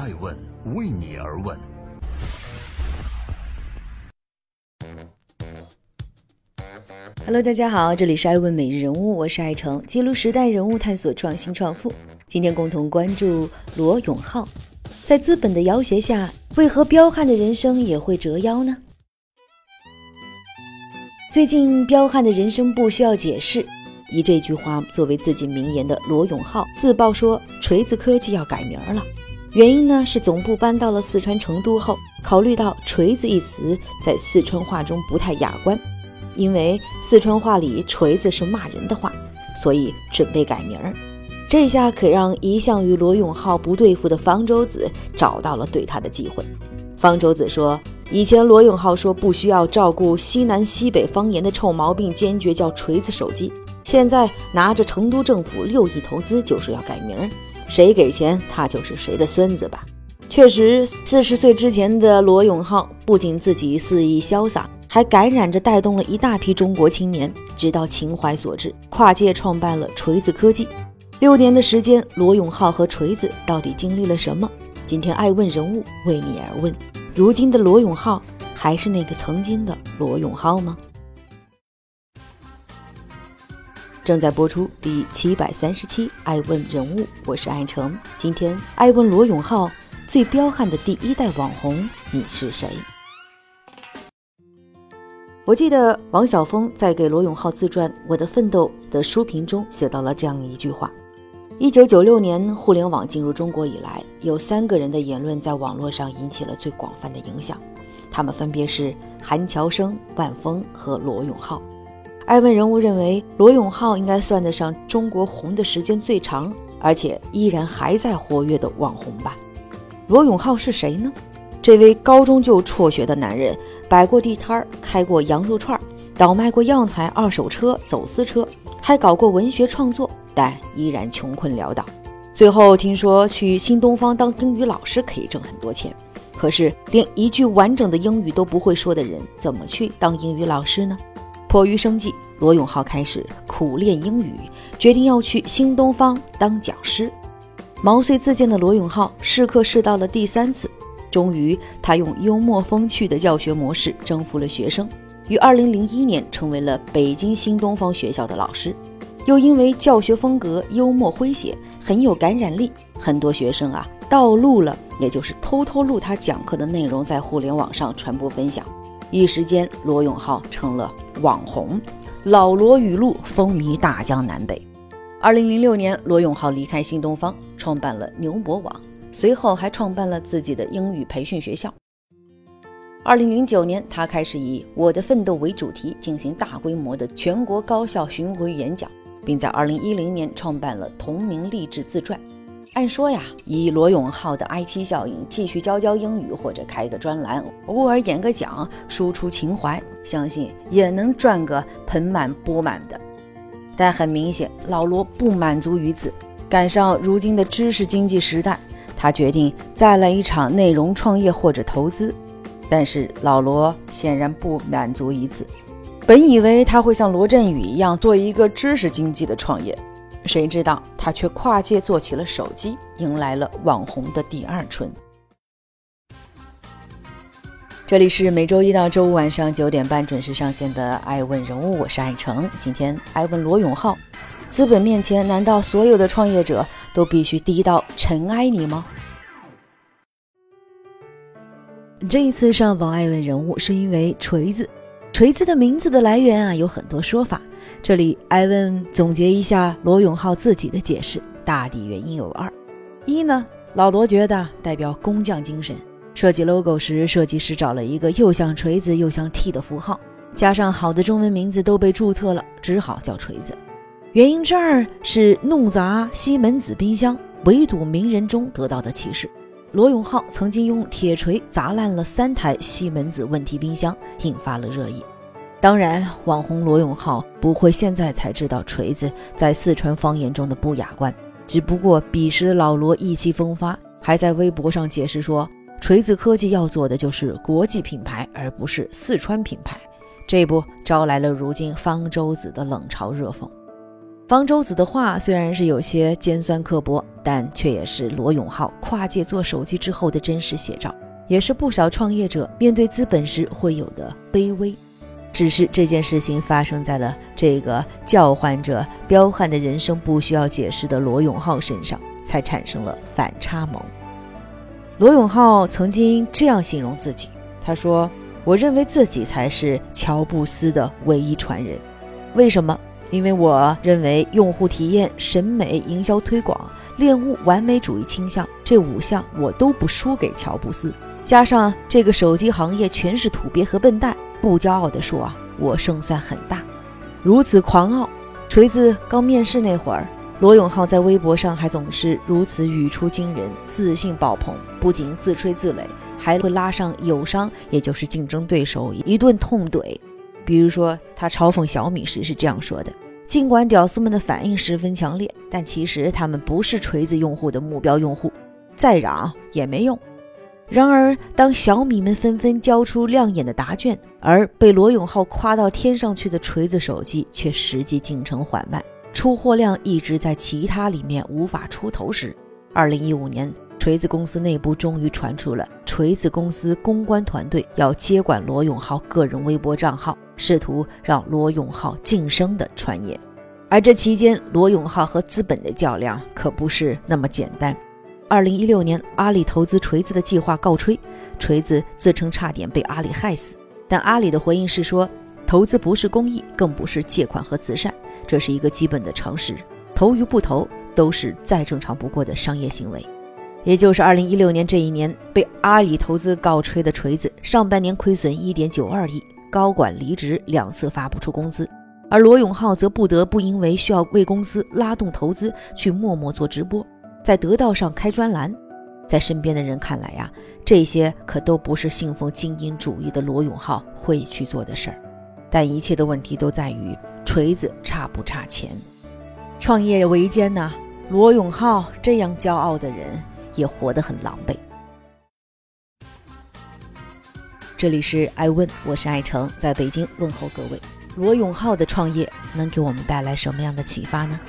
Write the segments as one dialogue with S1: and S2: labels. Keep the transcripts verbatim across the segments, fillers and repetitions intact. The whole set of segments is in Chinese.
S1: 爱问为你而问。
S2: Hello， 大家好，这里是爱问每日人物，我是爱成，记录时代人物，探索创新创富。今天共同关注罗永浩，在资本的要挟下，为何彪悍的人生也会折腰呢？最近彪悍的人生不需要解释，以这句话作为自己名言的罗永浩自曝说锤子科技要改名了，原因呢是总部搬到了四川成都后，考虑到锤子一词在四川话中不太雅观，因为四川话里锤子是骂人的话，所以准备改名儿。这下可让一向与罗永浩不对付的方舟子找到了对他的机会。方舟子说，以前罗永浩说不需要照顾西南西北方言的臭毛病，坚决叫锤子手机，现在拿着成都政府六亿投资就说要改名，谁给钱他就是谁的孙子吧。确实，四十岁之前的罗永浩不仅自己肆意潇洒，还感染着带动了一大批中国青年，直到情怀所致，跨界创办了锤子科技。六年的时间，罗永浩和锤子到底经历了什么？今天爱问人物为你而问，如今的罗永浩还是那个曾经的罗永浩吗？正在播出第七百三十期爱问人物，我是爱成。今天爱问罗永浩，最彪悍的第一代网红，你是谁？我记得王晓峰在给罗永浩自传《我的奋斗》的书评中写到了这样一句话：一九九六年互联网进入中国以来，有三个人的言论在网络上引起了最广泛的影响，他们分别是韩乔生、万峰和罗永浩。爱问人物认为，罗永浩应该算得上中国红的时间最长，而且依然还在活跃的网红吧。罗永浩是谁呢？这位高中就辍学的男人，摆过地摊，开过羊肉串，倒卖过样材、二手车、走私车，还搞过文学创作，但依然穷困潦倒。最后听说去新东方当英语老师可以挣很多钱，可是连一句完整的英语都不会说的人，怎么去当英语老师呢？迫于生计，罗永浩开始苦练英语，决定要去新东方当讲师。毛遂自荐的罗永浩试课试到了第三次，终于他用幽默风趣的教学模式征服了学生，于二零零一年成为了北京新东方学校的老师。又因为教学风格幽默诙谐，很有感染力，很多学生啊盗录了，也就是偷偷录他讲课的内容，在互联网上传播分享。一时间，罗永浩成了网红，老罗语录风靡大江南北。二零零六年，罗永浩离开新东方，创办了牛博网，随后还创办了自己的英语培训学校。二零零九年，他开始以我的奋斗为主题，进行大规模的全国高校巡回演讲，并在二零一零年创办了同名励志自传。按说呀，以罗永浩的 I P 效应，继续教教英语或者开个专栏，偶尔演个讲，输出情怀，相信也能赚个盆满钵满的。但很明显，老罗不满足于此，赶上如今的知识经济时代，他决定再来一场内容创业或者投资。但是老罗显然不满足于此，本以为他会像罗振宇一样做一个知识经济的创业，谁知道他却跨界做起了手机，迎来了网红的第二春。这里是每周一到周五晚上九点半准时上线的爱问人物，我是爱成。今天爱问罗永浩，资本面前，难道所有的创业者都必须低到尘埃里吗？这一次上榜爱问人物是因为锤子。锤子的名字的来源啊有很多说法，这里艾文总结一下罗永浩自己的解释，大抵原因有二。一呢，老罗觉得代表工匠精神，设计 logo 时，设计师找了一个又像锤子又像 T 的符号，加上好的中文名字都被注册了，只好叫锤子。原因之二是弄砸西门子冰箱，围堵名人中得到的启示。罗永浩曾经用铁锤砸烂了三台西门子问题冰箱，引发了热议。当然，网红罗永浩不会现在才知道锤子在四川方言中的不雅观，只不过彼时的老罗意气风发，还在微博上解释说，锤子科技要做的就是国际品牌，而不是四川品牌。这不招来了如今方舟子的冷嘲热讽。 方舟子的话虽然是有些尖酸刻薄，但却也是罗永浩跨界做手机之后的真实写照，也是不少创业者面对资本时会有的卑微。只是这件事情发生在了这个叫唤着彪悍的人生不需要解释的罗永浩身上，才产生了反差萌。罗永浩曾经这样形容自己，他说，我认为自己才是乔布斯的唯一传人。为什么？因为我认为用户体验、审美、营销推广、恋物、完美主义倾向这五项我都不输给乔布斯，加上这个手机行业全是土鳖和笨蛋，不骄傲地说啊，我胜算很大。如此狂傲，锤子刚面试那会儿，罗永浩在微博上还总是如此语出惊人，自信爆棚，不仅自吹自擂，还会拉上友商，也就是竞争对手一顿痛怼。比如说他嘲讽小米时是这样说的，尽管屌丝们的反应十分强烈，但其实他们不是锤子用户的目标用户，再嚷也没用。然而当小米们纷纷交出亮眼的答卷，而被罗永浩夸到天上去的锤子手机却实际进程缓慢，出货量一直在其他里面无法出头时，二零一五年锤子公司内部终于传出了锤子公司公关团队要接管罗永浩个人微博账号，试图让罗永浩晋升的传言。而这期间罗永浩和资本的较量可不是那么简单。二零一六年阿里投资锤子的计划告吹，锤子自称差点被阿里害死，但阿里的回应是说，投资不是公益，更不是借款和慈善，这是一个基本的常识，投与不投都是再正常不过的商业行为。也就是二零一六年这一年，被阿里投资告吹的锤子上半年亏损 一点九二亿，高管离职，两次发不出工资，而罗永浩则不得不因为需要为公司拉动投资去默默做直播，在得道上开专栏。在身边的人看来呀、啊，这些可都不是信奉精英主义的罗永浩会去做的事儿。但一切的问题都在于锤子差不差钱。创业维艰呐、啊，罗永浩这样骄傲的人也活得很狼狈。这里是爱问，我是爱成，在北京问候各位。罗永浩的创业能给我们带来什么样的启发呢？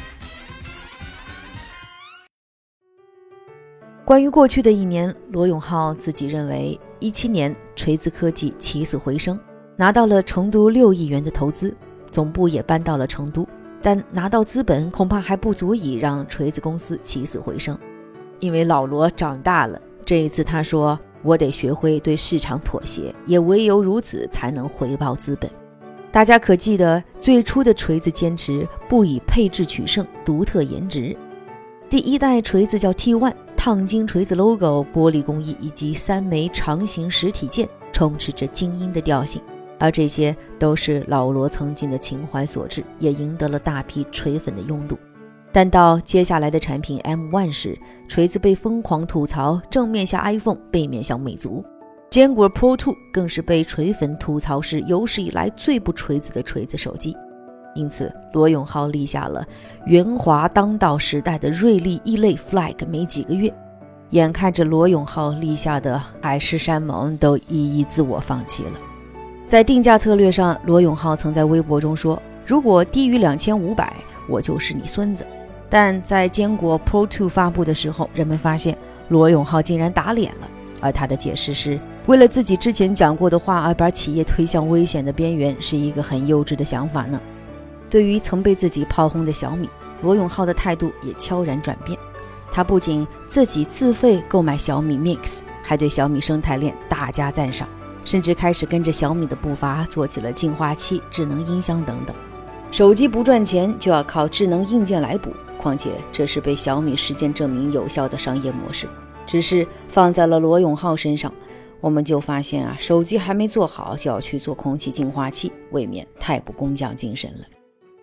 S2: 关于过去的一年，罗永浩自己认为，一七年锤子科技起死回生，拿到了成都六亿元的投资，总部也搬到了成都，但拿到资本恐怕还不足以让锤子公司起死回生。因为老罗长大了，这一次他说，我得学会对市场妥协，也唯有如此才能回报资本。大家可记得最初的锤子坚持不以配置取胜，独特颜值。第一代锤子叫 T 一， 烫金锤子 logo、 玻璃工艺以及三枚长形实体键，充斥着精英的调性，而这些都是老罗曾经的情怀所致，也赢得了大批锤粉的拥堵。但到接下来的产品 M 一 时，锤子被疯狂吐槽正面像 iPhone， 背面像魅族。坚果 Pro 二 更是被锤粉吐槽是有史以来最不锤子的锤子手机。因此罗永浩立下了圆滑当道时代的锐利异类 flag 没几个月，眼看着罗永浩立下的海誓山盟都一一自我放弃了。在定价策略上，罗永浩曾在微博中说，如果低于两千五百，我就是你孙子。但在坚果 Pro 二 发布的时候，人们发现罗永浩竟然打脸了，而他的解释是为了自己之前讲过的话而把企业推向危险的边缘，是一个很幼稚的想法呢。对于曾被自己炮轰的小米，罗永浩的态度也悄然转变。他不仅自己自费购买小米 Mix， 还对小米生态链大加赞赏，甚至开始跟着小米的步伐做起了净化器、智能音箱等等。手机不赚钱就要靠智能硬件来补，况且这是被小米实践证明有效的商业模式。只是放在了罗永浩身上，我们就发现啊，手机还没做好就要去做空气净化器，未免太不工匠精神了。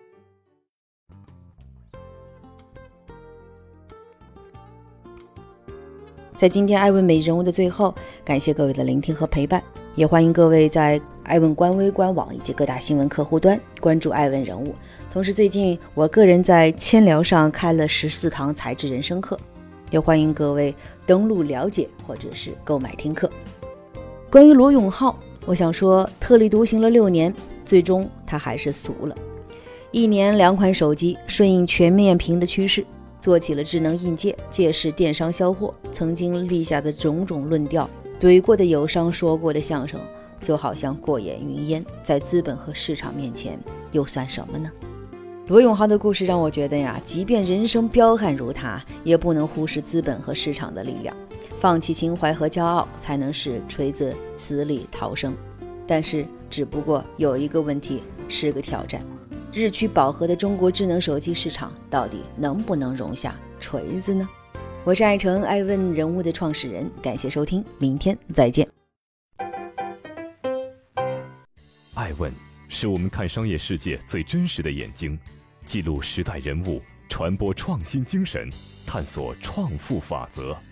S2: 在今天艾问每日人物的最后，感谢各位的聆听和陪伴，也欢迎各位在艾问官微官网以及各大新闻客户端关注艾问人物。同时最近我个人在千聊上开了十四堂材质人生课，也欢迎各位登录了解或者是购买听课。关于罗永浩，我想说特立独行了六年，最终他还是俗了。 一年两款手机，顺应全面屏的趋势，做起了智能硬件，借势电商销货。曾经立下的种种论调，怼过的友商，说过的相声，就好像过眼云烟，在资本和市场面前又算什么呢？罗永浩的故事让我觉得呀，即便人生彪悍如他，也不能忽视资本和市场的力量。放弃情怀和骄傲，才能使锤子死里逃生。但是只不过有一个问题，是个挑战，日趋饱和的中国智能手机市场到底能不能容下锤子呢？我是爱成爱问人物的创始人，感谢收听，明天再见。
S1: 爱问是我们看商业世界最真实的眼睛，记录时代人物，传播创新精神，探索创富法则。